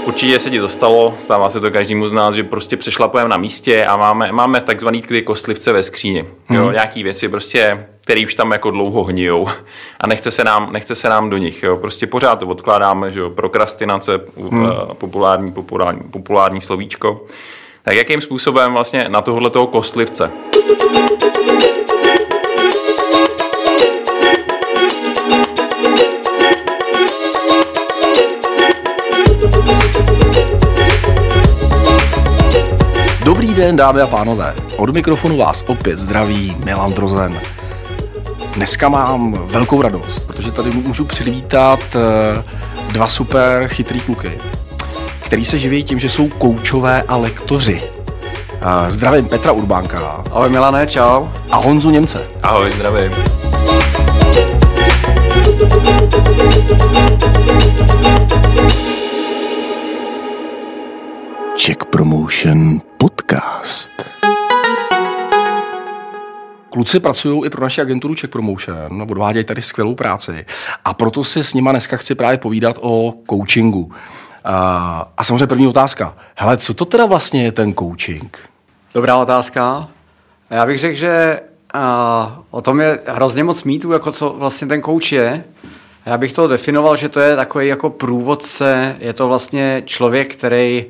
Určitě se ti to stalo, stává se to každému z nás, že prostě přešlapujeme na místě a máme takzvaný ty kostlivce ve skříni. Jo, nějaký věci prostě, které už tam jako dlouho hnijou a nechce se nám do nich. Jo. Prostě pořád to odkládáme, že jo, prokrastinace, populární slovíčko. Tak jakým způsobem vlastně na tohoto kostlivce? Dobrý den, dámy a pánové. Od mikrofonu vás opět zdraví Milan Drozen. Dneska mám velkou radost, protože tady můžu přivítat dva super chytrý kluky, který se živí tím, že jsou koučové a lektoři. Zdravím Petra Urbánka. Ahoj Milane, čau. A Honzu Němce. Ahoj, zdravím. Czech Promotion Podcast. Kluci pracují i pro naši agenturu Czech Promotion, odvádějí tady skvělou práci a proto si s nima dneska chci právě povídat o coachingu. A samozřejmě první otázka. Hele, co to teda vlastně je ten coaching? Dobrá otázka. Já bych řekl, že o tom je hrozně moc mýtů, jako co vlastně ten coach je. Já bych to definoval, že to je takový jako průvodce, je to vlastně člověk, který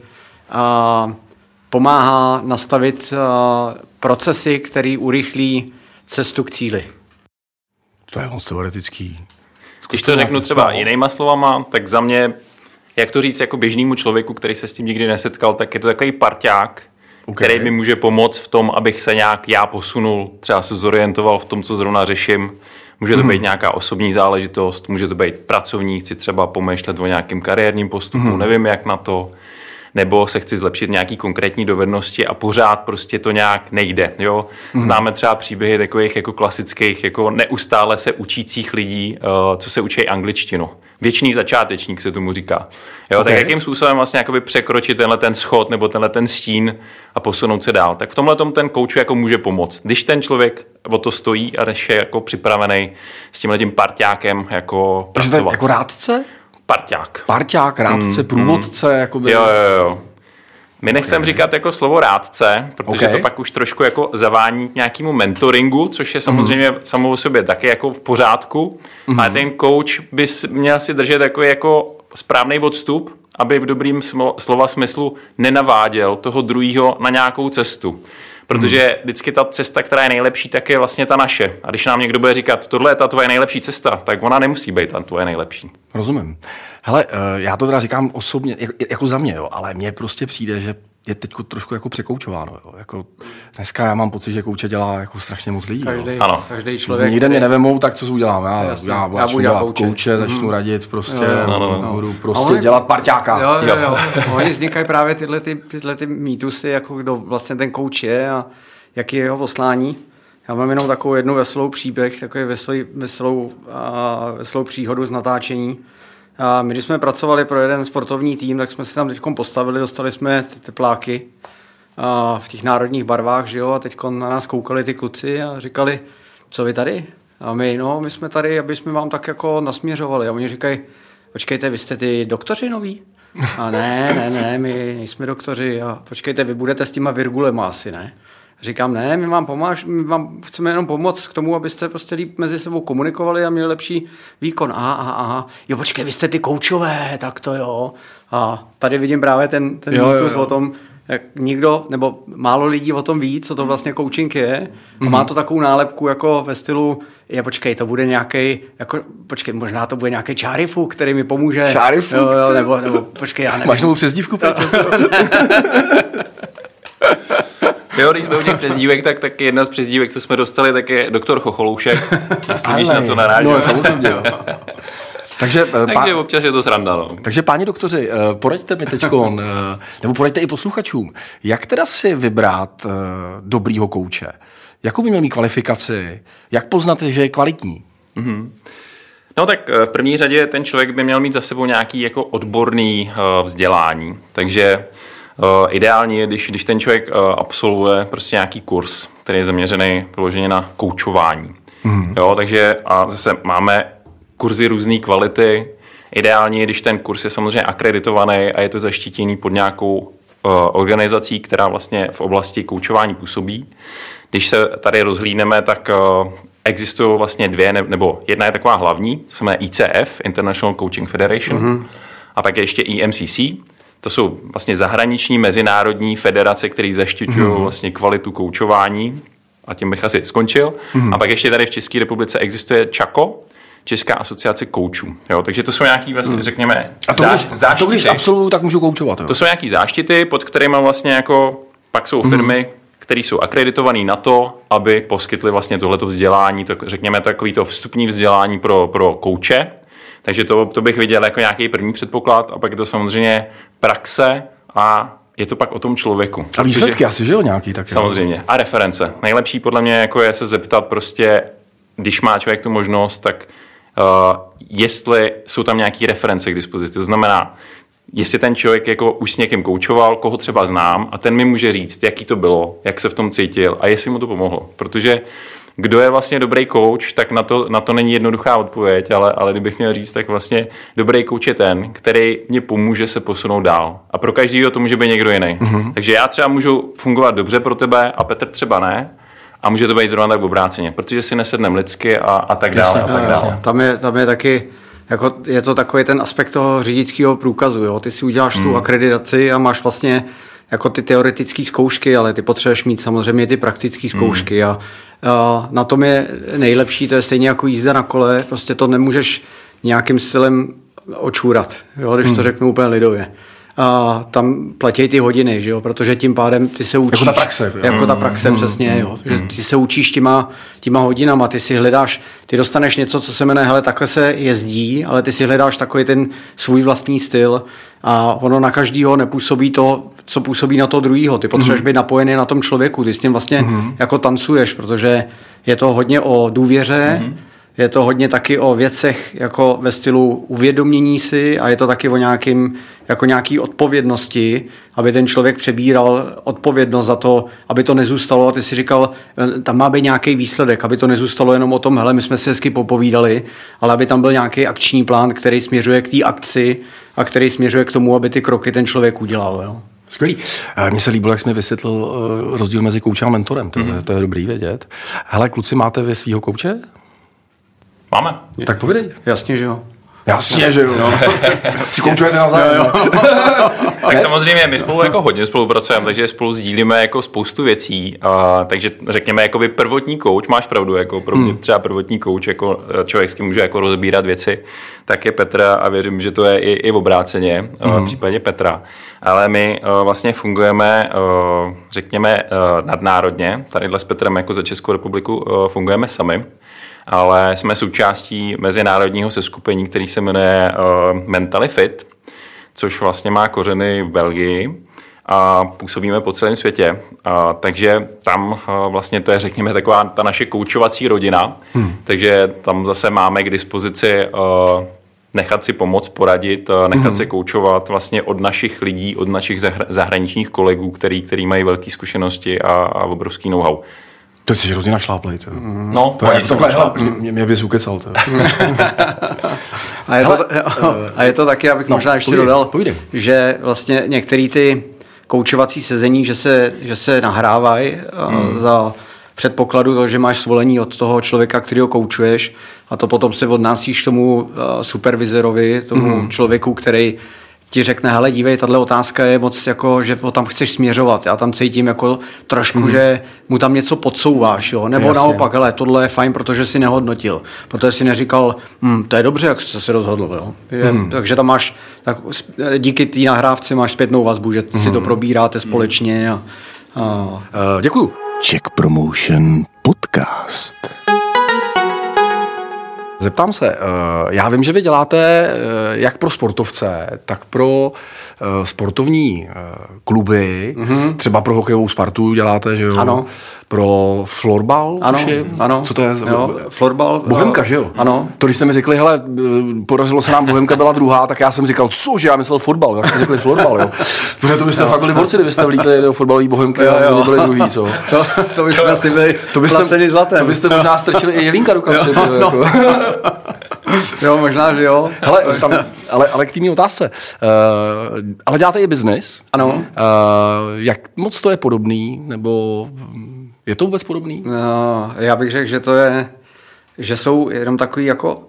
pomáhá nastavit procesy, který urychlí cestu k cíli. To je moc teoretický. Když to řeknu třeba jinýma slovama, tak za mě, jak to říct jako běžnému člověku, který se s tím nikdy nesetkal, tak je to takový parťák, který mi může pomoct v tom, abych se nějak já posunul, třeba se zorientoval v tom, co zrovna řeším. Může to být nějaká osobní záležitost, může to být pracovní, chci třeba pomýšlet o nějakém kariérním postupu, nevím jak na to, nebo se chci zlepšit nějaký konkrétní dovednosti a pořád prostě to nějak nejde. Jo? Známe třeba příběhy takových jako klasických, jako neustále se učících lidí, co se učí angličtinu. Věčný začátečník se tomu říká. Jo? Tak jakým způsobem vlastně jakoby překročit tenhle ten schod nebo tenhle ten stín a posunout se dál. Tak v tomhle ten coach jako může pomoct. Když ten člověk o to stojí a je jako připravený s tímhletím parťákem jako pracovat. Takže to je jako rádce? Parťák, rádce, průvodce, jakoby. Jo. My nechceme říkat jako slovo rádce, protože to pak už trošku jako zavání k nějakému mentoringu, což je samozřejmě samo o sobě taky jako v pořádku, ale ten coach by měl si držet jako správný odstup, aby v dobrým slova smyslu nenaváděl toho druhého na nějakou cestu. Protože vždycky ta cesta, která je nejlepší, tak je vlastně ta naše. A když nám někdo bude říkat, tohle je ta tvoje nejlepší cesta, tak ona nemusí být ta tvoje nejlepší. Rozumím. Hele, já to teda říkám osobně, jako za mě, jo, ale mně prostě přijde, že je teď trošku jako překoučováno. Jo. Jako dneska já mám pocit, že kouče dělá jako strašně moc lidí. Každý člověk. Nikde mě nevemou, tak co udělám? Já budu dělat kouče, začnu radit prostě, budu prostě dělat parťáka. Jo. Oni vznikají právě tyhle ty mýtusy, jako kdo vlastně ten kouč je a jaký je jeho poslání. Já mám jenom takovou jednu veselou příběh, takový veselou příhodu z natáčení. A my, když jsme pracovali pro jeden sportovní tým, tak jsme si tam teď postavili, dostali jsme ty tepláky v těch národních barvách, že jo, a teď na nás koukali ty kluci a říkali, co vy tady? A my jsme tady, aby jsme vám tak jako nasměřovali. A oni říkají, počkejte, vy jste ty doktoři noví? A ne, my nejsme doktoři. A počkejte, vy budete s těma virgulema asi, ne? Říkám, ne, my vám chceme jenom pomoct k tomu, abyste prostě líp mezi sebou komunikovali a měli lepší výkon. Aha. Jo, počkej, vy jste ty koučové, tak to jo. A tady vidím právě ten mýtus o tom, jak nikdo, nebo málo lidí o tom ví, co to vlastně coaching je. A má to takovou nálepku jako ve stylu, počkej, to bude nějaký, možná to bude nějaký čárifu, který mi pomůže. Čárifu? Jo, nebo počkej, já nevím. Máš novou přezdívku, Petr? Jo, když jsme u těch přezdívek, tak jedna z přezdívek, co jsme dostali, tak je doktor Chocholoušek. Jestli víš, na co narážím. No, samozřejmě, jo. Takže občas je to sranda, no. Takže páni doktoři, poraďte mi teďkon, nebo poraďte i posluchačům, jak teda si vybrat dobrýho kouče? Jakou by měl mít kvalifikaci? Jak poznat, že je kvalitní? No tak v první řadě ten člověk by měl mít za sebou nějaký jako odborný vzdělání. Takže ideální je, když ten člověk absolvuje prostě nějaký kurz, který je zaměřený vyloženě na koučování. Jo, takže a zase máme kurzy různé kvality. Ideálně, když ten kurz je samozřejmě akreditovaný a je to zaštítěný pod nějakou organizací, která vlastně v oblasti koučování působí. Když se tady rozhlídneme, tak existují vlastně dvě, nebo jedna je taková hlavní, to se jmenuje ICF, International Coaching Federation, a pak je ještě IMCC. To jsou vlastně zahraniční mezinárodní federace, které zaštiťují vlastně kvalitu koučování, a tím bych asi skončil. A pak ještě tady v České republice existuje ČAKO, Česká asociace koučů. Jo, takže to jsou nějaký vlastně, řekněme, záštity. A to když absolvuju, tak můžu koučovat. Jo. To jsou nějaký záštity, pod kterými vlastně jako pak jsou firmy, které jsou akreditované na to, aby poskytly vlastně tohleto vzdělání, to, řekněme takovýto vstupní vzdělání pro kouče. Takže to bych viděl jako nějaký první předpoklad a pak je to samozřejmě praxe a je to pak o tom člověku. A výsledky asi, že jo, nějaký taky. Samozřejmě. A reference. Nejlepší podle mě jako je se zeptat prostě, když má člověk tu možnost, tak jestli jsou tam nějaké reference k dispozici. To znamená, jestli ten člověk jako už s někým koučoval, koho třeba znám a ten mi může říct, jaký to bylo, jak se v tom cítil a jestli mu to pomohlo. Protože kdo je vlastně dobrý kouč, tak na to není jednoduchá odpověď, ale kdybych měl říct, tak vlastně dobrý kouč je ten, který mě pomůže se posunout dál. A pro každýho to může být někdo jiný. Takže já třeba můžu fungovat dobře pro tebe a Petr třeba ne. A může to být zrovna tak obráceně, protože si nesedneme lidsky a tak dále. Tam je taky, jako je to takový ten aspekt toho řidičského průkazu. Jo? Ty si uděláš tu akreditaci a máš vlastně jako ty teoretické zkoušky, ale ty potřebuješ mít samozřejmě ty praktické zkoušky. A na tom je nejlepší, to je stejně jako jízda na kole, prostě to nemůžeš nějakým stylem očůrat, jo? Když to řeknu úplně lidově. A tam platí ty hodiny, že jo? Protože tím pádem ty se učíš. Jako ta praxe, přesně. Jo? Že ty se učíš těma hodinama, ty si hledáš, ty dostaneš něco, co se jmenuje, hele, takhle se jezdí, ale ty si hledáš takový ten svůj vlastní styl a ono na každýho nepůsobí to, co působí na toho druhýho. Ty potřebuješ být napojený na tom člověku, ty s tím vlastně jako tancuješ, protože je to hodně o důvěře, je to hodně taky o věcech jako ve stylu uvědomění si a je to taky o nějaký odpovědnosti, aby ten člověk přebíral odpovědnost za to, aby to nezůstalo a ty si říkal, tam má být nějaký výsledek, aby to nezůstalo jenom o tom, hele, my jsme si hezky popovídali, ale aby tam byl nějaký akční plán, který směřuje k té akci a který směřuje k tomu, aby ty kroky ten člověk udělal. Jo. Skvělý. Mně se líbilo, jak jsi mi vysvětlil rozdíl mezi koučem a mentorem. To je dobrý vědět. Hele, kluci, máte vy svýho kouče? Máme. Tak povědej. Jasně, že jo. Jasně, že jo. No. Si koučujete navzájem. Tak samozřejmě my spolu jako hodně spolupracujeme, takže spolu sdílíme jako spoustu věcí. Takže řekněme, jakoby prvotní kouč, máš pravdu, jako pro mě třeba prvotní kouč, jako člověk, s kým může jako rozbírat věci, tak je Petra a věřím, že to je i v obráceně, v případě Petra. Ale my vlastně fungujeme, řekněme, nadnárodně. Tadyhle s Petrem jako za Českou republiku fungujeme sami. Ale jsme součástí mezinárodního seskupení, který se jmenuje Mentally Fit, což vlastně má kořeny v Belgii a působíme po celém světě. Takže tam vlastně to je, řekněme, taková ta naše koučovací rodina. Takže tam zase máme k dispozici nechat si pomoct, poradit, nechat se koučovat vlastně od našich lidí, od našich zahraničních kolegů, který mají velké zkušenosti a obrovský know-how. To jsi hrozně našláplej, to. No, to je takhle, mě bys ukecal, to. A je to taky, abych možná ještě dodal, že vlastně některé ty koučovací sezení, že se nahrávají za předpokladu toho, že máš svolení od toho člověka, kterýho koučuješ a to potom se odnásíš tomu supervizorovi, tomu člověku, který ti řekne, hele, dívej, tahle otázka je moc jako, že ho tam chceš směřovat. Já tam cítím jako trošku, že mu tam něco podsouváš, jo? Nebo naopak, hele, tohle je fajn, protože si nehodnotil. Protože si neříkal, to je dobře, jak jsi se rozhodl, jo? Takže tam máš, tak díky té nahrávce máš zpětnou vazbu, že si to probíráte společně. Děkuju. Czech Promotion Podcast. Zeptám se, já vím, že vy děláte jak pro sportovce, tak pro sportovní kluby, třeba pro hokejovou Spartu děláte, že jo? Ano. Pro florbal? Ano. Co to je? Jo, florbal. Bohemka, že jo? Ano. To, když jste mi řekli, hele, podařilo se nám, Bohemka byla druhá, tak já jsem říkal, cože, já myslel fotbal, tak jste řekli florbal, jo? Protože to byste fakt byli borci, kdybyste vlítli do fotbalový Bohemky a byli druhý, co? To bychom asi byli placeni zlatem. To byste možná strčili i Jelínka do kapsy. Jo, možná, že jo. Hele, ale k té otázce. Ale děláte i biznis. Ano. Jak moc to je podobný, nebo je to vůbec podobný? Já bych řekl, že jsou jenom takový jako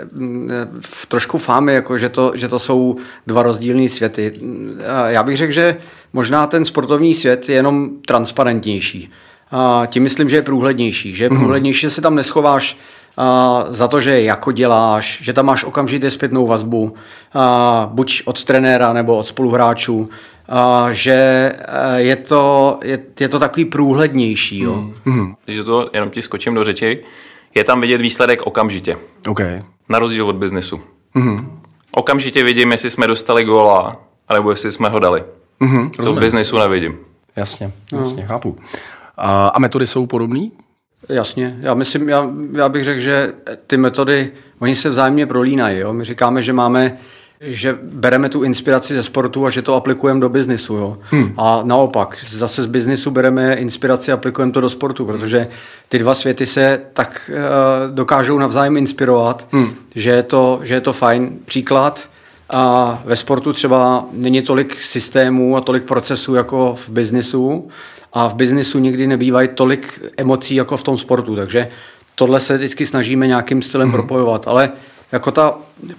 trošku fámy, jako že to jsou dva rozdílný světy. Já bych řekl, že možná ten sportovní svět je jenom transparentnější. Tím myslím, že je průhlednější. Že je průhlednější, že se tam neschováš za to, že jako děláš, že tam máš okamžitě zpětnou vazbu, buď od trenéra nebo od spoluhráčů, že je to takový průhlednější. Jo. Takže to jenom ti skočím do řeči. Je tam vidět výsledek okamžitě. Okay. Na rozdíl od biznesu. Okamžitě vidím, jestli jsme dostali góla, anebo jestli jsme ho dali. To v biznesu nevidím. Jasně, chápu. A metody jsou podobný? Jasně. Já bych řekl, že ty metody, oni se vzájemně prolínají. Jo? My říkáme, že bereme tu inspiraci ze sportu a že to aplikujeme do biznisu. Jo? A naopak, zase z biznisu bereme inspiraci a aplikujeme to do sportu, protože ty dva světy se tak dokážou navzájem inspirovat, že je to fajn. Příklad, a ve sportu třeba není tolik systémů a tolik procesů jako v biznisu a v biznisu nikdy nebývají tolik emocí jako v tom sportu, takže tohle se vždycky snažíme nějakým stylem propojovat, ale jako ta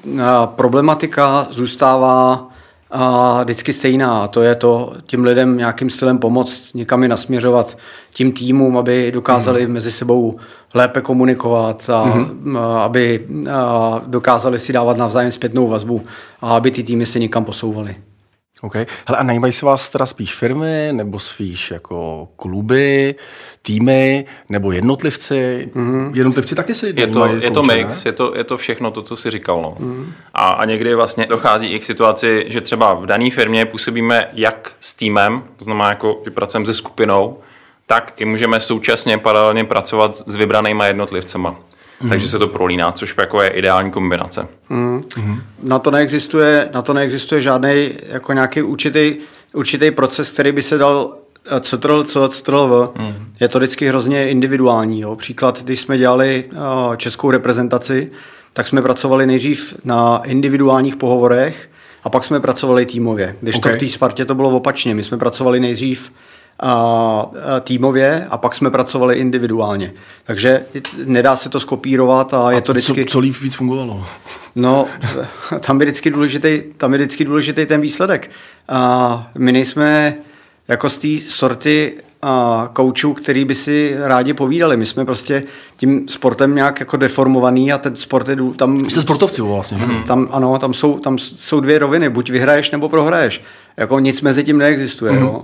problematika zůstává vždycky stejná a to je to tím lidem nějakým stylem pomoct, někam je nasměřovat tím týmům, aby dokázali mezi sebou lépe komunikovat a aby dokázali si dávat navzájem zpětnou vazbu a aby ty týmy se někam posouvaly. OK. Hele, a najímají se vás teda spíš firmy, nebo spíš jako kluby, týmy, nebo jednotlivci? Jednotlivci taky si je to mix, je to všechno to, co jsi říkal. No. A někdy vlastně dochází i k situaci, že třeba v dané firmě působíme jak s týmem, to znamená, jako, že pracujeme se skupinou, tak i můžeme současně paralelně pracovat s vybranýma jednotlivcema. Takže se to prolíná, což jako je ideální kombinace. Na to neexistuje žádný jako nějaký určitý proces, který by se dal CTRL. Je to vždycky hrozně individuální. Jo. Příklad, když jsme dělali českou reprezentaci, tak jsme pracovali nejdřív na individuálních pohovorech a pak jsme pracovali týmově. Když to v té Spartě to bylo opačně. My jsme pracovali nejdřív týmově a pak jsme pracovali individuálně. Takže nedá se to skopírovat a je to vždycky... Co líp víc fungovalo? No, tam je vždycky důležitý ten výsledek. My nejsme jako z té sorty koučů, který by si rádi povídali. My jsme prostě tím sportem nějak jako deformovaný a ten sport je tam... Vy jste sportovci vlastně. Tam jsou dvě roviny. Buď vyhraješ nebo prohraješ. Jako nic mezi tím neexistuje. Jo.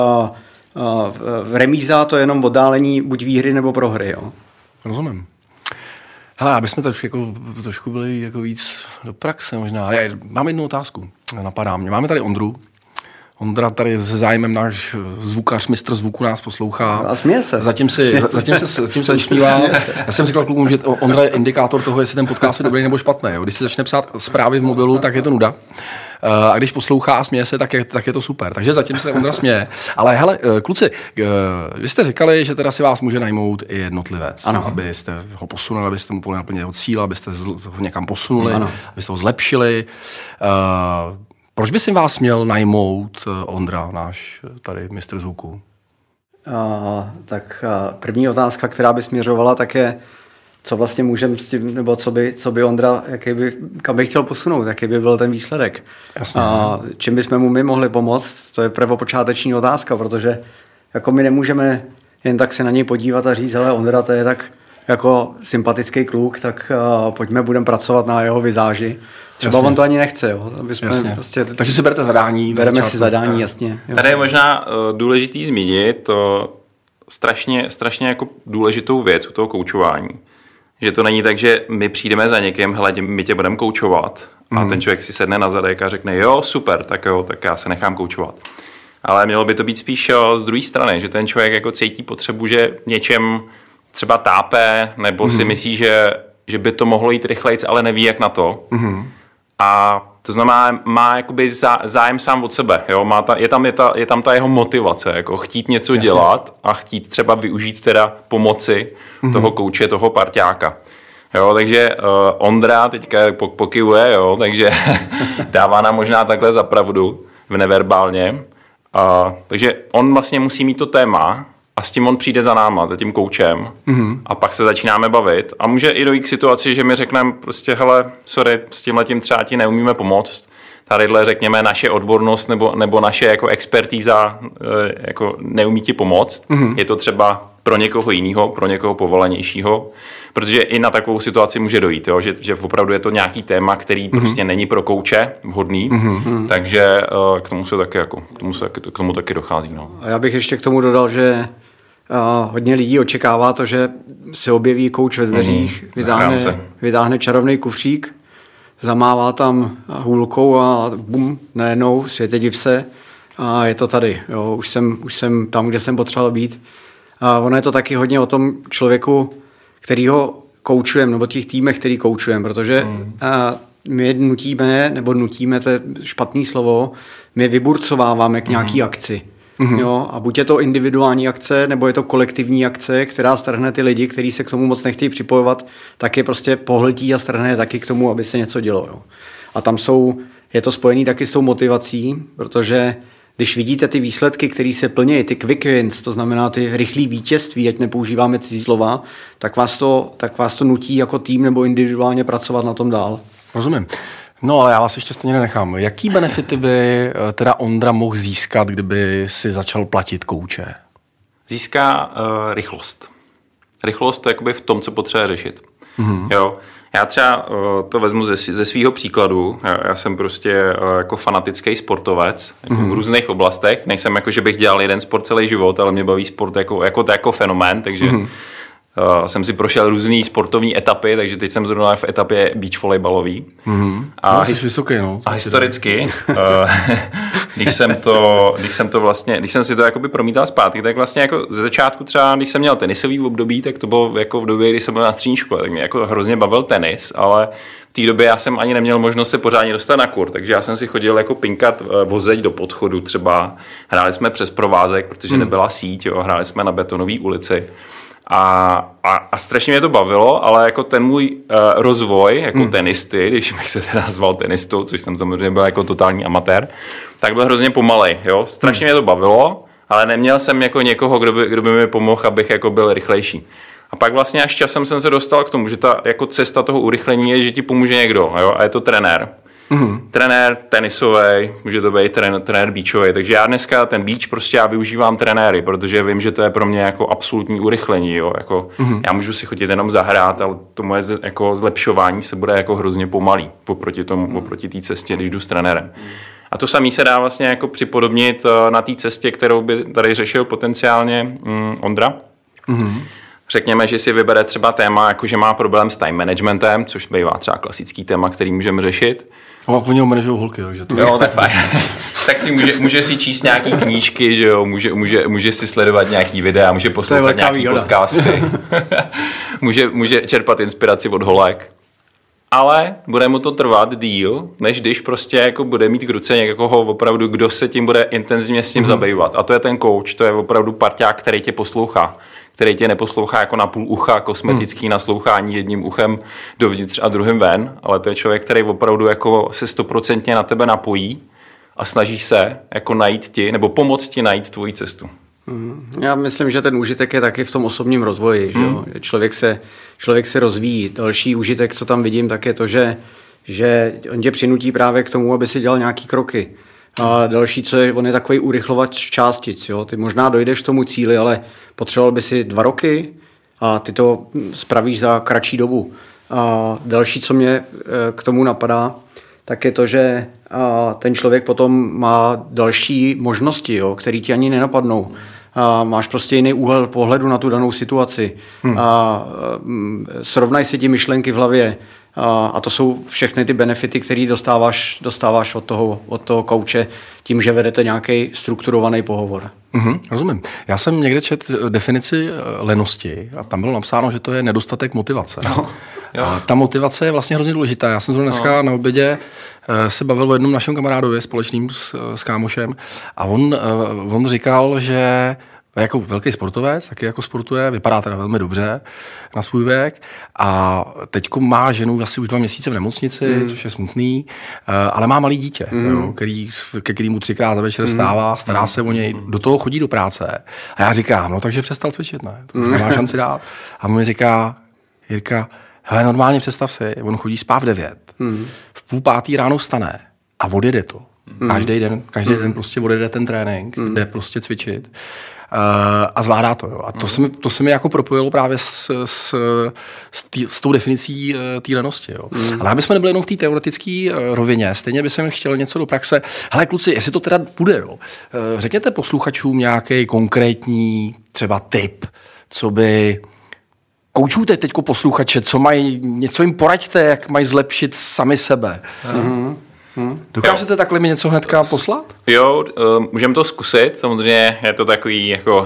Remíza to je jenom oddálení buď výhry nebo prohry. Jo. Rozumím. Hele, aby jsme trošku byli jako víc do praxe možná. Mám jednu otázku, napadá mě. Máme tady Ondru. Ondra tady se zájmem náš zvukař, mistr zvuku nás poslouchá. A směje se. Zatím se usmívá. Já jsem říkal klukům, že Ondra je indikátor toho, jestli ten podcast je dobrý nebo špatný. Jo. Když si začne psát zprávy v mobilu, tak je to nuda. A když poslouchá a směje se, tak je to super. Takže zatím se Ondra směje. Ale hele, kluci, vy jste říkali, že teda si vás může najmout i jednotlivec. Ano. Abyste ho posunuli, abyste mu naplnili jeho cíl, abyste ho někam posunuli, abyste ho zlepšili. Proč by si vás měl najmout Ondra, náš tady mistr zvuku? Tak první otázka, která by směřovala, tak je, co vlastně můžeme s tím, nebo co by Ondra, kam by chtěl posunout, jaký by byl ten výsledek. Jasně. Čím bychom mu my mohli pomoct, to je prvopočáteční otázka, protože jako my nemůžeme jen tak se na něj podívat a říct, hele, Ondra, to je tak jako sympatický kluk, tak budeme pracovat na jeho vizáži. Třeba on to ani nechce, jo. Prostě, takže si berete zadání. Bereme si zadání, jasně. Tady je možná důležitý zmínit to strašně jako důležitou věc u toho koučování. Že to není tak, že my přijdeme za někým, hele, my tě budeme koučovat a ten člověk si sedne na zadek a řekne, jo, super, tak já se nechám koučovat. Ale mělo by to být spíš z druhé strany, že ten člověk jako cítí potřebu, že něčem třeba tápe, nebo si myslí, že by to mohlo jít rychlejc, ale neví, jak na to. A to znamená, má jakoby zájem sám od sebe. Jo? Je tam ta jeho motivace, jako chtít něco dělat a chtít třeba využít teda pomoci toho kouče, toho parťáka. Jo, takže Ondra teďka pokyvuje, jo, takže dává nám možná takhle za pravdu neverbálně. Takže on vlastně musí mít to téma a s tím on přijde za náma, za tím koučem a pak se začínáme bavit a může i dojít k situaci, že mi řekneme prostě hele, sorry, s tímhletím třeba ti neumíme pomoct. Tadyhle řekněme naše odbornost nebo naše jako expertíza jako neumí ti pomoct. Je to třeba pro někoho jiného, pro někoho povolanějšího, protože i na takovou situaci může dojít, jo? Že opravdu je to nějaký téma, který prostě není pro kouče vhodný, takže k tomu taky dochází. No. A já bych ještě k tomu dodal, že hodně lidí očekává to, že se objeví kouč ve dveřích, vytáhne čarovný kufřík, zamává tam hůlkou a bum, najednou, světe div se, a je to tady. Jo, už jsem tam, kde jsem potřeboval být. A ono je to taky hodně o tom člověku, kterýho koučujeme, nebo těch týmech, který koučujeme, protože my nutíme, to je špatný slovo, my vyburcováváme k nějaký akci. Jo, a buď je to individuální akce, nebo je to kolektivní akce, která strhne ty lidi, kteří se k tomu moc nechtějí připojovat, tak je prostě pohltí a strhne taky k tomu, aby se něco dělo. Jo. A tam je to spojený taky s tou motivací, protože když vidíte ty výsledky, které se plní, ty quick wins, to znamená ty rychlý vítězství, ať nepoužíváme cizí slova, tak vás to nutí jako tým nebo individuálně pracovat na tom dál. Rozumím. No, ale já vás ještě stejně nenechám. Jaký benefity by teda Ondra mohl získat, kdyby si začal platit kouče? Získá rychlost. Rychlost to je jakoby v tom, co potřebuje řešit. Jo. Já třeba to vezmu ze svého příkladu. Já jsem prostě jako fanatický sportovec jako v různých oblastech. Nejsem jako, že bych dělal jeden sport celý život, ale mě baví sport jako fenomén, takže jsem si prošel různý sportovní etapy, takže teď jsem zrovna v etapě beach volejbalový. A jsi vysoký, no. A historicky, když jsem si to jakoby promítal zpátky, tak vlastně jako ze začátku třeba, když jsem měl tenisový období, tak to bylo jako v době, kdy jsem byl na střední škole, tak mě jako hrozně bavil tenis, ale v té době já jsem ani neměl možnost se pořádně dostat na kurt, takže já jsem si chodil jako pinkat vozeď do podchodu třeba. Hráli jsme přes provázek, protože nebyla síť, jo, hráli jsme na betonové ulici. A strašně mě to bavilo, ale jako ten můj rozvoj jako tenisty, když bych se teda nazval tenistou, což jsem samozřejmě byl jako totální amatér, tak byl hrozně pomalej. Jo? Strašně mě to bavilo, ale neměl jsem jako někoho, kdo by mi pomohl, abych jako byl rychlejší. A pak vlastně až časem jsem se dostal k tomu, že ta jako cesta toho urychlení je, že ti pomůže někdo, jo? A je to trenér. Trenér tenisový, může to být trenér beachový, takže já dneska ten beach prostě já využívám trenéry, protože vím, že to je pro mě jako absolutní urychlení, jo, jako já můžu si chodit jenom zahrát, ale to moje jako zlepšování se bude jako hrozně pomalý oproti té cestě, když jdu s trenérem. A to samé se dá vlastně jako připodobnit na té cestě, kterou by tady řešil potenciálně Ondra. Řekněme, že si vybere třeba téma, jako že má problém s time managementem, což bývá třeba klasický téma, který můžeme řešit. A pak oni ho manažují holky, takže to... Jo, tak fajn. Tak si může si číst nějaký knížky, že jo, může si sledovat nějaký videa, může poslouchat nějaký podcasty. může čerpat inspiraci od holek. Ale bude mu to trvat díl, než když prostě jako bude mít k ruce někoho opravdu, kdo se tím bude intenzivně s tím zabývat. A to je ten coach, to je opravdu parťák, který tě poslouchá. Který tě neposlouchá jako na půl ucha, kosmetický naslouchání jedním uchem dovnitř a druhým ven, ale to je člověk, který opravdu jako se 100% na tebe napojí a snaží se jako najít ti, nebo pomoct ti najít tvoji cestu. Já myslím, že ten užitek je taky v tom osobním rozvoji, že jo? Člověk se rozvíjí. Další užitek, co tam vidím, tak je to, že on tě přinutí právě k tomu, aby si dělal nějaký kroky. A další, co je, on je takový urychlovač částic. Jo? Ty možná dojdeš k tomu cíli, ale potřeboval by si 2 roky a ty to spravíš za kratší dobu. A další, co mě k tomu napadá, tak je to, že ten člověk potom má další možnosti, jo, který ti ani nenapadnou. A máš prostě jiný úhel pohledu na tu danou situaci. A srovnaj si ti myšlenky v hlavě. A to jsou všechny ty benefity, které dostáváš od toho kouče tím, že vedete nějaký strukturovaný pohovor. Rozumím. Já jsem někde četl definici lenosti a tam bylo napsáno, že to je nedostatek motivace. A ta motivace je vlastně hrozně důležitá. Já jsem zrovna dneska na obědě se bavil o jednom našem kamarádovi společným s kámošem a on říkal, že A jako velký sportovec, taky jako sportuje, vypadá teda velmi dobře na svůj věk a teďko má ženu asi už 2 měsíce v nemocnici, což je smutný, ale má malý dítě, jo, ke kterému 3krát za večer stává, stará se o něj, do toho chodí do práce. A já říkám, no takže přestal cvičit, ne? To už nemá šanci dát. A on mi říká, Jirka, hele, normálně představ si, on chodí spát v 9, v 4:30 ráno vstane a odjede to. Každý den prostě odjede ten trénink, jde prostě cvičit a zvládá to. Jo. A to se mi jako propojilo právě s tou definicí té lenosti. Jo. Ale aby jsme nebyli jenom v té teoretické rovině, stejně by jsem chtěl něco do praxe. Hele kluci, jestli to teda půjde, jo. Řekněte posluchačům nějaký konkrétní třeba tip, co by... Koučujte teďko posluchače, něco jim poraďte, jak mají zlepšit sami sebe. Dokážete takhle mi něco hnedka poslat? Jo, můžeme to zkusit. Samozřejmě je to takový jako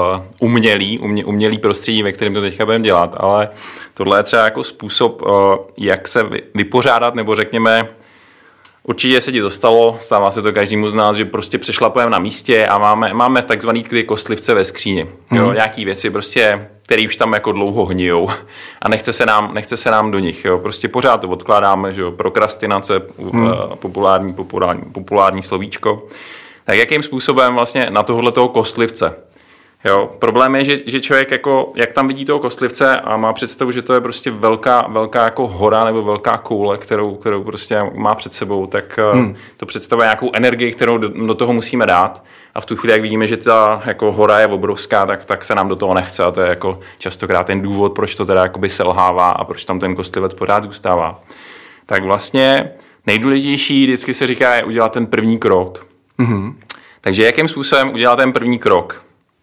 umělý prostředí, ve kterém to teďka budeme dělat, ale tohle je třeba jako způsob, jak se vypořádat, nebo řekněme, určitě se ti to stává se to každému z nás, že prostě přešlapujeme na místě a máme takzvaný ty kostlivce ve skříni. Jo, nějaký věci prostě, který už tam jako dlouho hnijou a nechce se nám do nich. Jo. Prostě pořád to odkládáme, že jo, prokrastinace, populární slovíčko. Tak jakým způsobem vlastně na tohoto kostlivce? Jo, problém je, že člověk jako, jak tam vidí toho kostlivce a má představu, že to je prostě velká jako hora nebo velká koule, kterou prostě má před sebou, tak to představuje nějakou energii, kterou do toho musíme dát. A v tu chvíli, jak vidíme, že ta jako hora je obrovská, tak se nám do toho nechce. A to je jako častokrát ten důvod, proč to teda jakoby selhává a proč tam ten kostlivec pořád zůstává. Tak vlastně nejdůležitější vždycky se říká je udělat ten první krok. Takže jakým způsobem udělat ten první krok?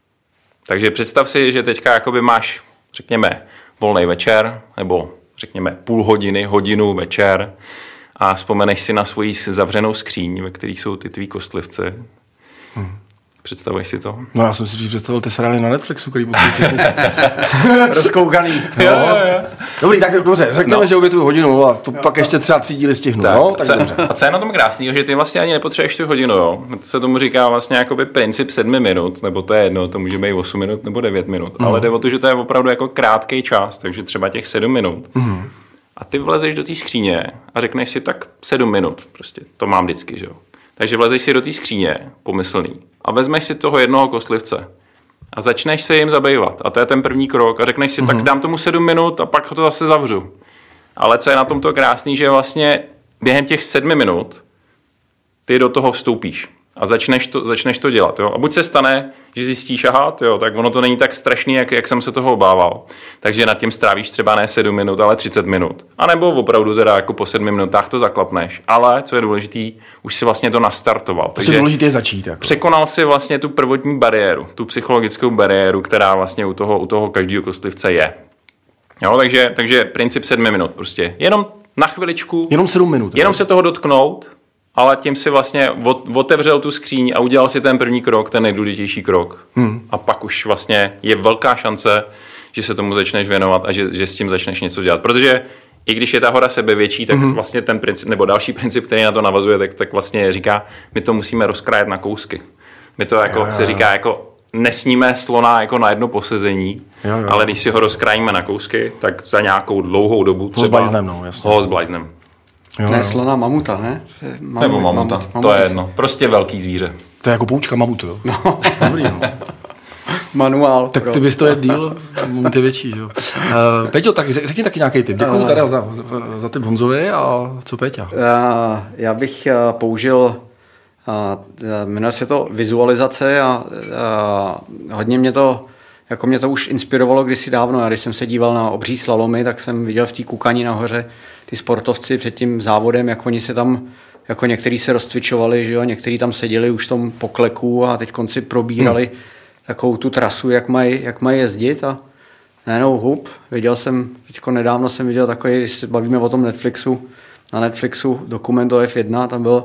Takže představ si, že teďka jakoby máš, řekněme, volný večer, nebo řekněme půl hodiny, hodinu večer a vzpomeneš si na svoji zavřenou skříň, ve které jsou ty tvý kostlivci. Představuješ si to? No já jsem si představil ty seriály na Netflixu, který poslouchají. Rozkoukaný. Jo. Dobrý, tak dobře, řekneme, že obětuju hodinu a to pak ještě třeba 3 díly stihnu. Tak dobře. A co je na tom krásný, že ty vlastně ani nepotřebuješ tu hodinu, jo? To se tomu říká vlastně jakoby princip 7 minut, nebo to je jedno, to může být 8 minut nebo 9 minut, ale jde o to, že to je opravdu jako krátký čas, takže třeba těch 7 minut. A ty vlezeš do té skříně a řekneš si tak 7 minut, prostě to mám vždycky, že jo. Takže vlezeš si do té skříně pomyslný a vezmeš si toho jednoho kostlivce a začneš se jim zabývat. A to je ten první krok a řekneš si, tak dám tomu 7 minut a pak ho to zase zavřu. Ale co je na tomto krásný, že vlastně během těch 7 minut ty do toho vstoupíš a začneš to dělat. Jo? A buď se stane, že zjistíš, aha, jo, tak ono to není tak strašný, jak jsem se toho obával. Takže nad tím strávíš třeba ne 7 minut, ale 30 minut. A nebo opravdu teda jako po 7 minutách to zaklapneš. Ale, co je důležitý, už si vlastně to nastartoval. Takže důležité je začít. Jako. Překonal si vlastně tu prvotní bariéru, tu psychologickou bariéru, která vlastně u toho každého kostlivce je. Jo, takže princip 7 minut prostě. Jenom na chviličku. Jenom 7 minut. Jenom se toho dotknout, ale tím si vlastně otevřel tu skříň a udělal si ten první krok, ten nejdůležitější krok. A pak už vlastně je velká šance, že se tomu začneš věnovat a že s tím začneš něco dělat. Protože i když je ta hora sebevětší, tak vlastně ten princip, nebo další princip, který na to navazuje, tak vlastně říká, my to musíme rozkrájet na kousky. My to jako se říká jako nesníme slona jako na jedno posezení, ale když si ho rozkrájíme na kousky, tak za nějakou dlouhou dobu třeba ho zblajznem. Ne, slona, mamuta, ne? Nebo mamuta, to je jedno. Prostě velký zvíře. To je jako poučka mamutu, jo? No. Dobrý, no. Manuál. Tak ty bys to je díl, mamut je větší, jo? Peťo, tak řekni taky nějaký tip. Děkuju teda za tip Honzovi a co Peťa? Já bych použil, jmenuje se to vizualizace a hodně mě to už inspirovalo kdysi dávno. Já když jsem se díval na obří slalomy, tak jsem viděl v té Kukani nahoře ty sportovci před tím závodem, jak oni se tam, jako někteří se rozcvičovali, že jo, někteří tam seděli už v tom pokleku a teď konci probírali takovou tu trasu, jak mají jezdit a najednou nedávno jsem viděl takový, když se bavíme o tom na Netflixu dokument o F1, tam byl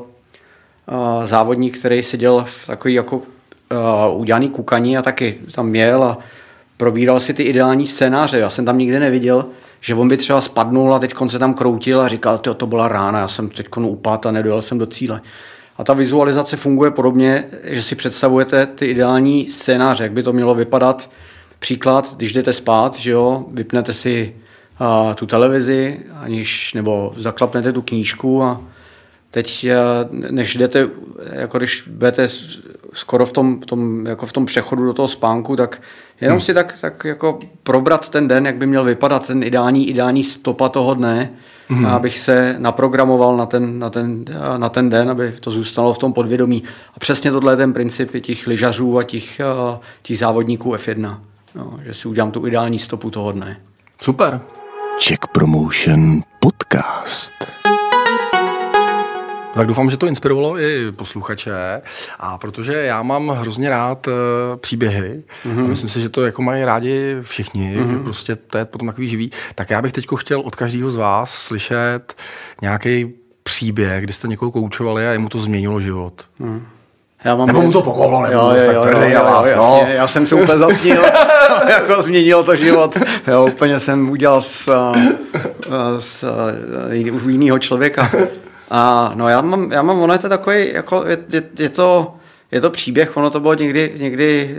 závodník, který seděl v takový jako udělaný Kukani a taky tam jel a probíral si ty ideální scénáře. Já jsem tam nikdy neviděl, že on by třeba spadnul a teď se tam kroutil a říkal, to byla rána, já jsem teď upadl a nedojel jsem do cíle. A ta vizualizace funguje podobně, že si představujete ty ideální scénáře, jak by to mělo vypadat. Příklad, když jdete spát, že jo, vypnete si tu televizi, nebo zaklapnete tu knížku a teď, než jdete, jako když budete skoro v tom přechodu do toho spánku, tak jenom si tak jako probrat ten den, jak by měl vypadat ten ideální stopa toho dne, abych se naprogramoval na ten den, aby to zůstalo v tom podvědomí. A přesně tohle je ten princip těch lyžařů a těch závodníků F1. No, že si udělám tu ideální stopu toho dne. Super. Czech Promotion Podcast. Tak doufám, že to inspirovalo i posluchače, a protože já mám hrozně rád příběhy, myslím si, že to jako mají rádi všichni, prostě to je potom takový živý, tak já bych teďko chtěl od každého z vás slyšet nějaký příběh, kdy jste někoho koučovali a jemu to změnilo život. Nebo mu to pomohlo, nebo já jsem se úplně zasnil, jako změnilo to život. Jo, úplně jsem udělal z jiného člověka. A no já mám, ono je to takový, jako je to příběh, ono to bylo někdy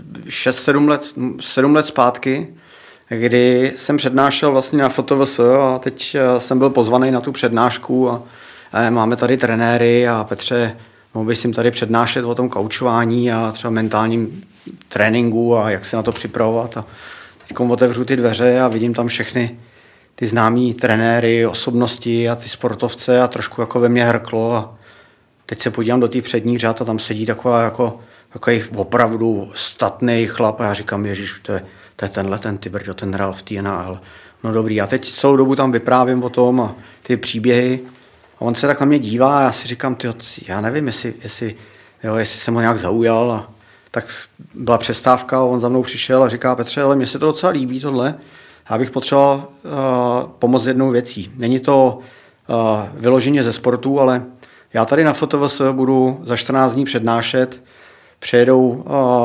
7 let zpátky, kdy jsem přednášel vlastně na FOTVS a teď jsem byl pozvaný na tu přednášku a máme tady trenéry a Petře, mohl bych jim tady přednášet o tom koučování a třeba mentálním tréninku a jak se na to připravovat. A teď otevřu ty dveře a vidím tam všechny ty známí trenéry, osobnosti a ty sportovce a trošku jako ve mně hrklo. A teď se podívám do té přední řad a tam sedí takový opravdu statný chlap a já říkám, ježiš, to je tenhle ten hrál v té NHL. No dobrý, a teď celou dobu tam vyprávím o tom a ty příběhy. A on se tak na mě dívá a já si říkám, já nevím, jestli jsem ho nějak zaujal. A tak byla přestávka a on za mnou přišel a říká, Petře, ale mně se to docela líbí tohle. Já bych potřeboval pomoct jednou věcí. Není to vyloženě ze sportu, ale já tady na FOTVS budu za 14 dní přednášet. Přijedou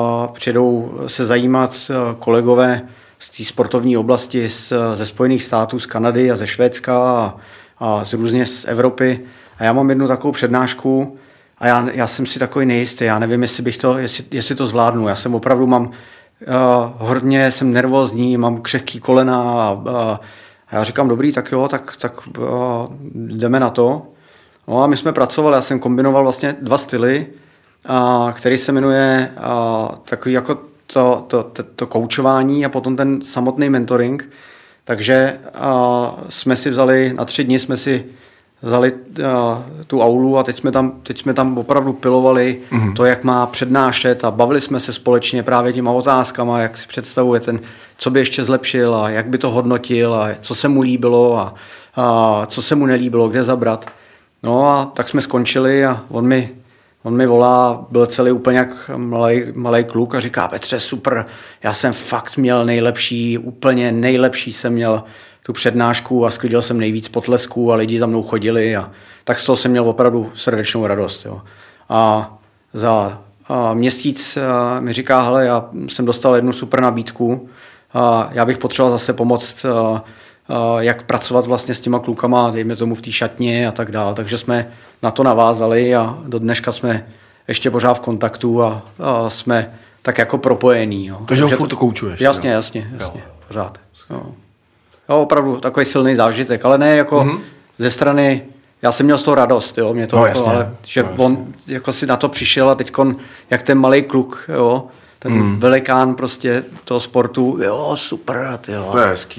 se zajímat kolegové z té sportovní oblasti ze Spojených států, z Kanady a ze Švédska a různě z Evropy. A já mám jednu takovou přednášku a já jsem si takový nejistý. Já nevím, jestli to zvládnu. Já jsem opravdu hodně jsem nervózní, mám křehký kolena a já říkám, dobrý, tak jo, tak jdeme na to. No a my jsme pracovali, já jsem kombinoval vlastně 2 styly, který se jmenuje takový jako to koučování a potom ten samotný mentoring. Takže jsme si vzali, na 3 dny jsme si vzali tu aulu a teď jsme tam opravdu pilovali to, jak má přednášet a bavili jsme se společně právě těma otázkama, jak si představuje co by ještě zlepšil a jak by to hodnotil a co se mu líbilo a co se mu nelíbilo, kde zabrat. No a tak jsme skončili a on mi volá, byl celý úplně jak malej kluk a říká, Petře, super, já jsem fakt měl úplně nejlepší jsem měl tu přednášku a sklidil jsem nejvíc potlesků a lidi za mnou chodili a tak z toho jsem měl opravdu srdečnou radost. Jo. A za měsíc mi říká, hele, já jsem dostal jednu super nabídku a já bych potřeboval zase pomoct, jak pracovat vlastně s těma klukama, dejme tomu v té šatně a tak dále. Takže jsme na to navázali a do dneška jsme ještě pořád v kontaktu a jsme tak jako propojení. Jo. Takže ho furt to koučuješ. Jasně, pořád. Jo, opravdu takový silný zážitek, ale ne jako ze strany, já jsem měl z toho radost, jo, mě to, no, jasně, ale že on jako si na to přišel a teďkon, jak ten malej kluk, jo, ten velikán prostě toho sportu, jo, super, jo. To je hezký.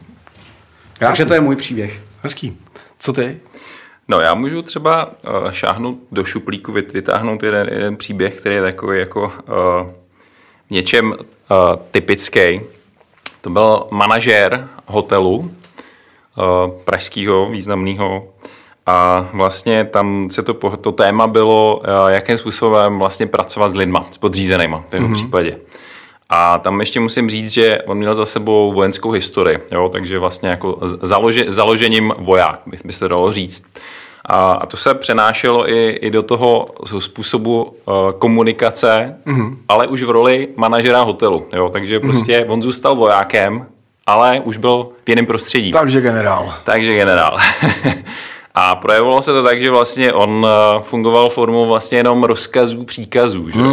Takže to je můj příběh. Hezký. Co ty? No, já můžu třeba šáhnout do šuplíku, vytáhnout jeden příběh, který je takový jako něčem typický. To byl manažér hotelu pražského významného a vlastně tam se to téma bylo, jakým způsobem vlastně pracovat s lidma, s podřízenýma v jeho případě. A tam ještě musím říct, že on měl za sebou vojenskou historii, jo, takže vlastně jako založením voják, by se dalo říct. A to se přenášelo i do toho způsobu komunikace, ale už v roli manažera hotelu. Jo? Takže prostě on zůstal vojákem, ale už byl v jiném prostředí. Takže generál. A projevovalo se to tak, že vlastně on fungoval formou vlastně jenom rozkazů, příkazů. Že?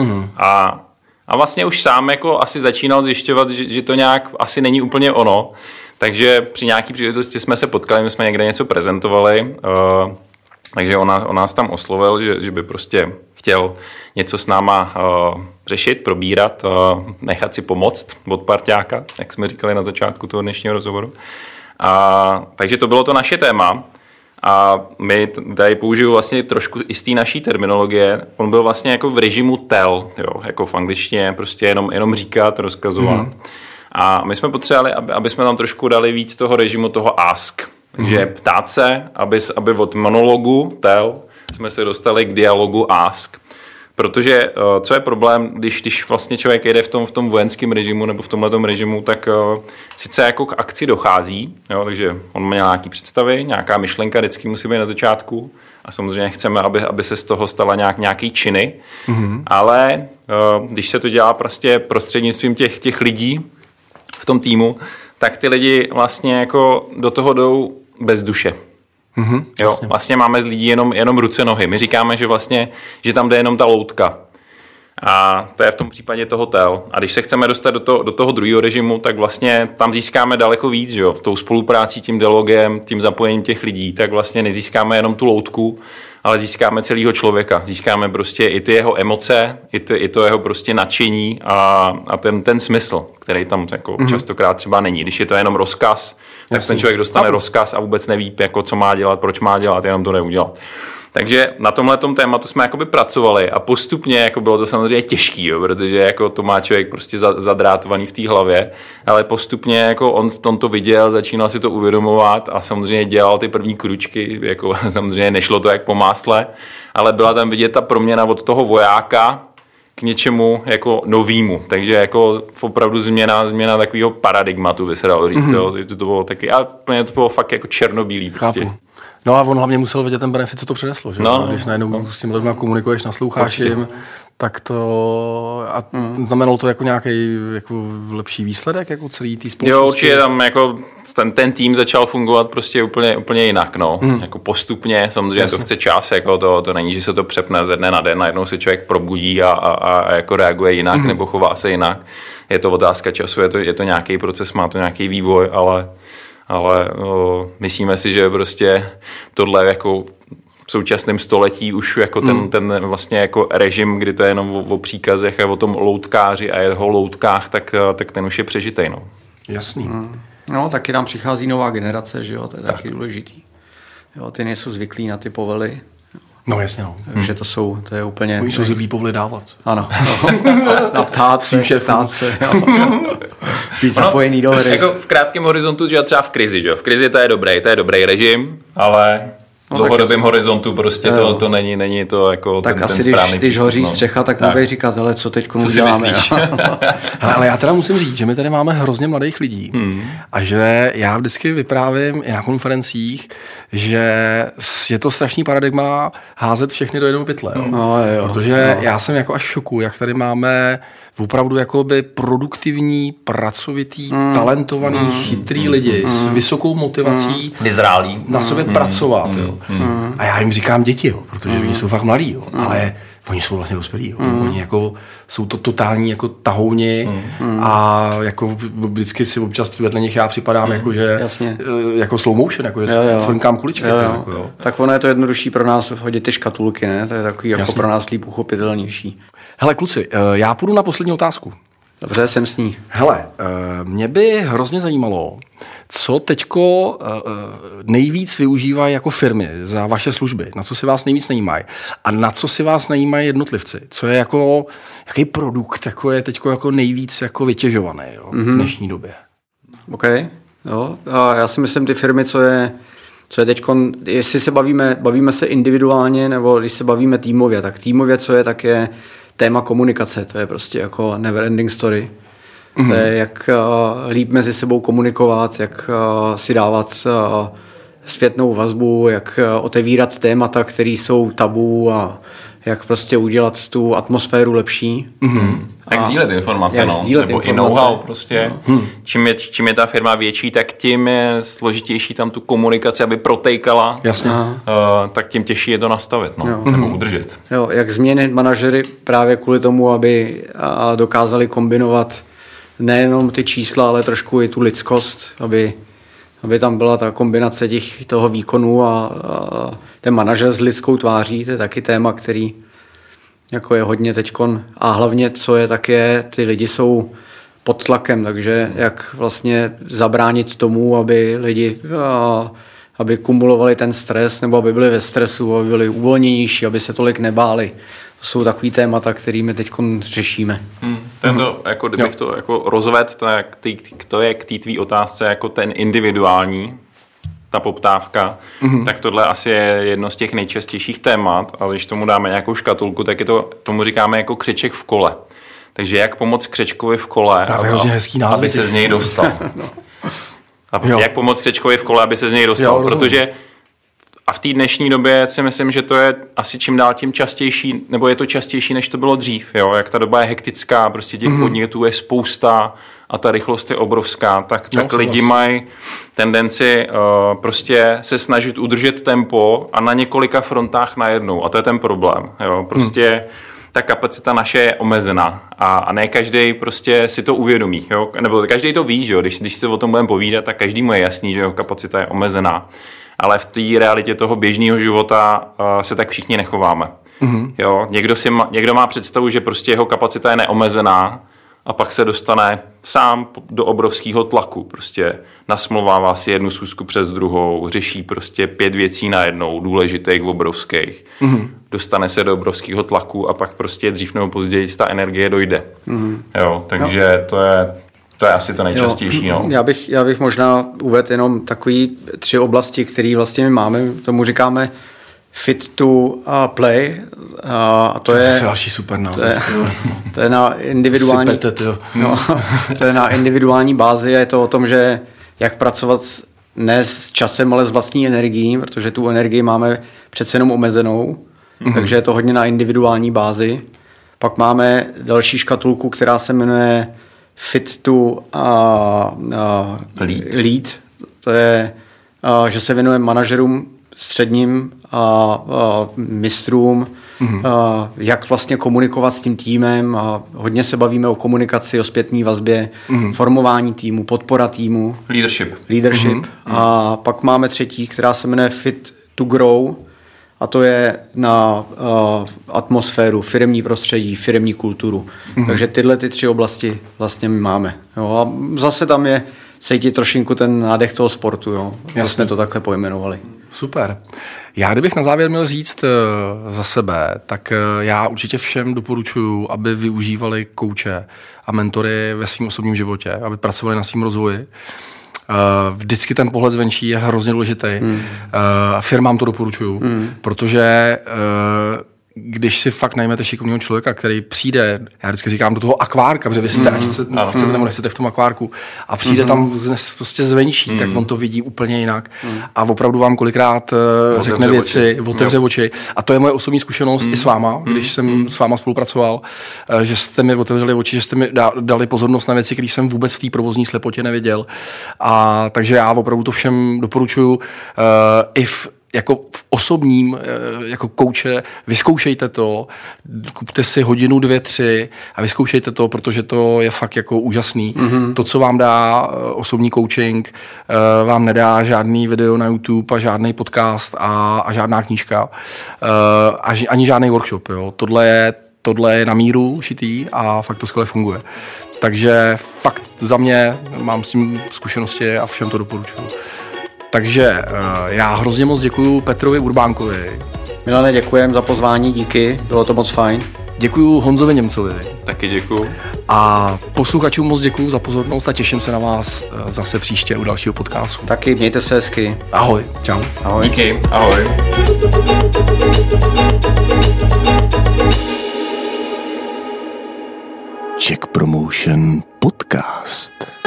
A vlastně už sám jako asi začínal zjišťovat, že to nějak asi není úplně ono. Takže při nějaký příležitosti jsme se potkali, my jsme někde něco prezentovali, takže on nás tam oslovil, že by prostě chtěl něco s náma řešit, probírat, nechat si pomoct od parťáka, jak jsme říkali na začátku toho dnešního rozhovoru. Takže to bylo to naše téma. A my tady použiju vlastně trošku i z té naší terminologie. On byl vlastně jako v režimu tell, jo, jako v angličtině, prostě jenom říkat, rozkazovat. A my jsme potřebovali, aby jsme tam trošku dali víc toho režimu toho ask. Takže ptát se, aby od monologu tell jsme se dostali k dialogu ask. Protože co je problém, když vlastně člověk jede v tom vojenském režimu nebo v tomhletom režimu, tak sice jako k akci dochází, jo, takže on má nějaký představy, nějaká myšlenka vždycky musí být na začátku a samozřejmě chceme, aby se z toho stala nějaký činy, ale když se to dělá prostě prostřednictvím těch lidí v tom týmu, tak ty lidi vlastně jako do toho jdou bez duše. Jo, vlastně máme z lidí jenom ruce, nohy. My říkáme, že tam jde jenom ta loutka. A to je v tom případě toho tel. A když se chceme dostat do toho druhého režimu, tak vlastně tam získáme daleko víc, jo. V tou spoluprácí, tím dialogem, tím zapojením těch lidí, tak vlastně nezískáme jenom tu loutku, ale získáme celého člověka. Získáme prostě i ty jeho emoce, i to jeho prostě nadšení a ten smysl, který tam jako častokrát třeba není. Když je to jenom rozkaz, tak ten člověk dostane rozkaz a vůbec neví, jako, co má dělat, proč má dělat, jenom to neudělat. Takže na tomhletom tématu jsme jakoby pracovali a postupně jako bylo to samozřejmě těžký, jo, protože jako to má člověk prostě zadrátovaný v té hlavě, ale postupně jako on to viděl, začínal si to uvědomovat a samozřejmě dělal ty první kručky, jako samozřejmě nešlo to jak po másle, ale byla tam vidět ta proměna od toho vojáka k něčemu jako novýmu, takže jako opravdu změna takového paradigmatu by se dalo říct, jo. To bylo taky, a to bylo fakt jako černobílý prostě. Chápu. No a on hlavně musel vidět ten benefit, co to přineslo, že? Když najednou s tím lidem komunikuješ, nasloucháš jim, tak to a znamenalo to jako nějaký jako lepší výsledek jako celý té společnosti. Jo, určitě tam jako ten tým začal fungovat prostě úplně jinak, no. Jako postupně, samozřejmě to chce čas, jako to není, že se to přepne ze dne na den, najednou se člověk probudí a jako reaguje jinak nebo chová se jinak. Je to otázka času, je to nějaký proces, má to nějaký vývoj, ale myslíme si, že prostě tohle jako v současném století už jako ten vlastně jako režim, kdy to je jenom o příkazech a o tom loutkáři a jeho loutkách, tak ten už je přežitej, no. Jasný. No, taky nám přichází nová generace, že jo, to je taky důležitý. Jo, ty nejsou zvyklí na ty povely. No jasně, no. Takže to je úplně... Oni jsou zvyklí povely dávat. Ano. Na ptát se. Být zapojený do hry. Jako v krátkém horizontu, že třeba v krizi, že? V krizi to je dobrý režim, ale v dlouhodobém horizontu prostě to není to jako tak ten asi správný když hoří střecha, tak můžeš říkat, hele, co teď komu děláme. Ale já teda musím říct, že my tady máme hrozně mladých lidí a že já vždycky vyprávím i na konferencích, že je to strašný paradigma házet všechny do jednoho pytle. Jo? Protože já jsem jako až v šoku, jak tady máme opravdu jakoby produktivní, pracovitý, talentovaný, chytrý lidi s vysokou motivací vyzrálí na sobě pracovat. Jo. A já jim říkám děti, jo, protože oni jsou fakt mladí, jo, ale oni jsou vlastně dospělí. Jo. Oni jako, jsou to totální jako tahouni a jako vždycky si občas vedle nich já připadám jako, že jako slow motion, jako cvrnkám kuličky. Jako, jo. Tak ono je to jednodušší pro nás hodit ty škatulky, ne? To je takový jako pro nás líp uchopitelnější. Hele kluci, já půjdu na poslední otázku. Dobře, jsem s ní. Hele, mě by hrozně zajímalo, co teďko nejvíc využívají jako firmy za vaše služby, na co si vás nejvíc najímají a na co si vás najímají jednotlivci, co je jako, jaký produkt jako je teďko jako nejvíc jako vytěžovaný v dnešní době. OK, jo. A já si myslím ty firmy, co je teďko, jestli se bavíme se individuálně nebo když se bavíme týmově, tak týmově, co je, tak je téma komunikace, to je prostě jako never ending story. To je, jak líp mezi sebou komunikovat, jak si dávat zpětnou vazbu, jak otevírat témata, které jsou tabu a jak prostě udělat tu atmosféru lepší. Jak sdílet informace, jak sdílet nebo informace. i know-how prostě. Čím je ta firma větší, tak tím je složitější tam tu komunikaci, aby protejkala. Jasně. Tak tím těžší je to nastavit, nebo udržet. Jo, jak změnit manažery právě kvůli tomu, aby dokázali kombinovat nejenom ty čísla, ale trošku i tu lidskost, aby tam byla ta kombinace toho výkonu a ten manažer s lidskou tváří, to je taky téma, který jako je hodně teďkon. A hlavně, co je také, ty lidi jsou pod tlakem, takže jak vlastně zabránit tomu, aby lidi aby kumulovali ten stres, nebo aby byli ve stresu, aby byli uvolněnější, aby se tolik nebáli. To jsou takový témata, kterými teď řešíme. To je to, jako kdybych to jako rozvedl, tak to je k té tvý otázce jako ten individuální, ta poptávka, tak tohle asi je jedno z těch nejčastějších témat, ale když tomu dáme nějakou škatulku, tak je to, tomu říkáme jako křeček v kole. Takže jak pomoct křečkovi v kole, aby se z něj dostal. Jak pomoct křečkovi v kole, aby se z něj dostal, protože a v té dnešní době si myslím, že to je asi čím dál tím častější, nebo je to častější, než to bylo dřív, jo? Jak ta doba je hektická, prostě těch podnětů je spousta a ta rychlost je obrovská, tak lidi mají tendenci prostě se snažit udržet tempo a na několika frontách najednou a to je ten problém, jo? Prostě ta kapacita naše je omezená a ne každý prostě si to uvědomí, jo? Nebo každý to ví, že jo? Když se o tom budeme povídat, tak každý mu je jasný, že jeho kapacita je omezená. Ale v té realitě toho běžného života se tak všichni nechováme. Jo? Někdo má představu, že prostě jeho kapacita je neomezená a pak se dostane sám do obrovského tlaku. Prostě nasmlouvává si jednu schůzku přes druhou, řeší prostě 5 věcí najednou, důležitých, obrovských. Dostane se do obrovského tlaku a pak prostě dřív nebo později ta energie dojde. Jo? Takže to je asi to nejčastější. Jo, já bych možná uvedl jenom takový 3 oblasti, které vlastně my máme. Tomu říkáme fit to play. A to je další super název. To je na individuální, to je na individuální bázi a je to o tom, že jak pracovat ne s časem, ale s vlastní energií, protože tu energii máme přece jenom omezenou. Takže je to hodně na individuální bázi. Pak máme další škatulku, která se jmenuje fit to lead. To je, že se věnujeme manažerům středním a mistrům, jak vlastně komunikovat s tím týmem. A hodně se bavíme o komunikaci, o zpětné vazbě, formování týmu, podpora týmu. Leadership. A pak máme třetí, která se jmenuje fit to grow. A to je na atmosféru, firemní prostředí, firemní kulturu. Takže tyhle 3 oblasti vlastně my máme. Jo, a zase tam je cítit trošinku ten nádech toho sportu. Jo. Jsme to takhle pojmenovali. Super. Já kdybych na závěr měl říct za sebe, tak já určitě všem doporučuji, aby využívali kouče a mentory ve svém osobním životě, aby pracovali na svém rozvoji. Vždycky ten pohled zvenčí je hrozně důležitý. Firmám to doporučuju, protože když si fakt najmete šikovného člověka, který přijde, já vždycky říkám, do toho akvárka, protože vy jste, ať chcete nebo nechcete v tom akvárku, a přijde tam prostě zvenčí, tak on to vidí úplně jinak a opravdu vám kolikrát řekne věci, otevře oči. A to je moje osobní zkušenost i s váma, když jsem s váma spolupracoval, že jste mi otevřeli oči, že jste mi dali pozornost na věci, které jsem vůbec v té provozní slepotě neviděl. A takže já opravdu to všem doporučuju jako v osobním, jako kouče, vyzkoušejte to, kupte si hodinu, 2, 3 a vyzkoušejte to, protože to je fakt jako úžasný. To, co vám dá osobní coaching, vám nedá žádný video na YouTube a žádný podcast a žádná knížka ani žádný workshop. Jo. Tohle je na míru šitý a fakt to skvěle funguje. Takže fakt za mě mám s tím zkušenosti a všem to doporučuju. Takže já hrozně moc děkuju Petrovi Urbánkovi. Milane, děkujem za pozvání, díky, bylo to moc fajn. Děkuju Honzovi Němcovi. Taky děkuju. A posluchačům moc děkuju za pozornost a těším se na vás zase příště u dalšího podcastu. Taky, mějte se hezky. Ahoj, čau. Ahoj. Díky, ahoj. Czech Promotion Podcast.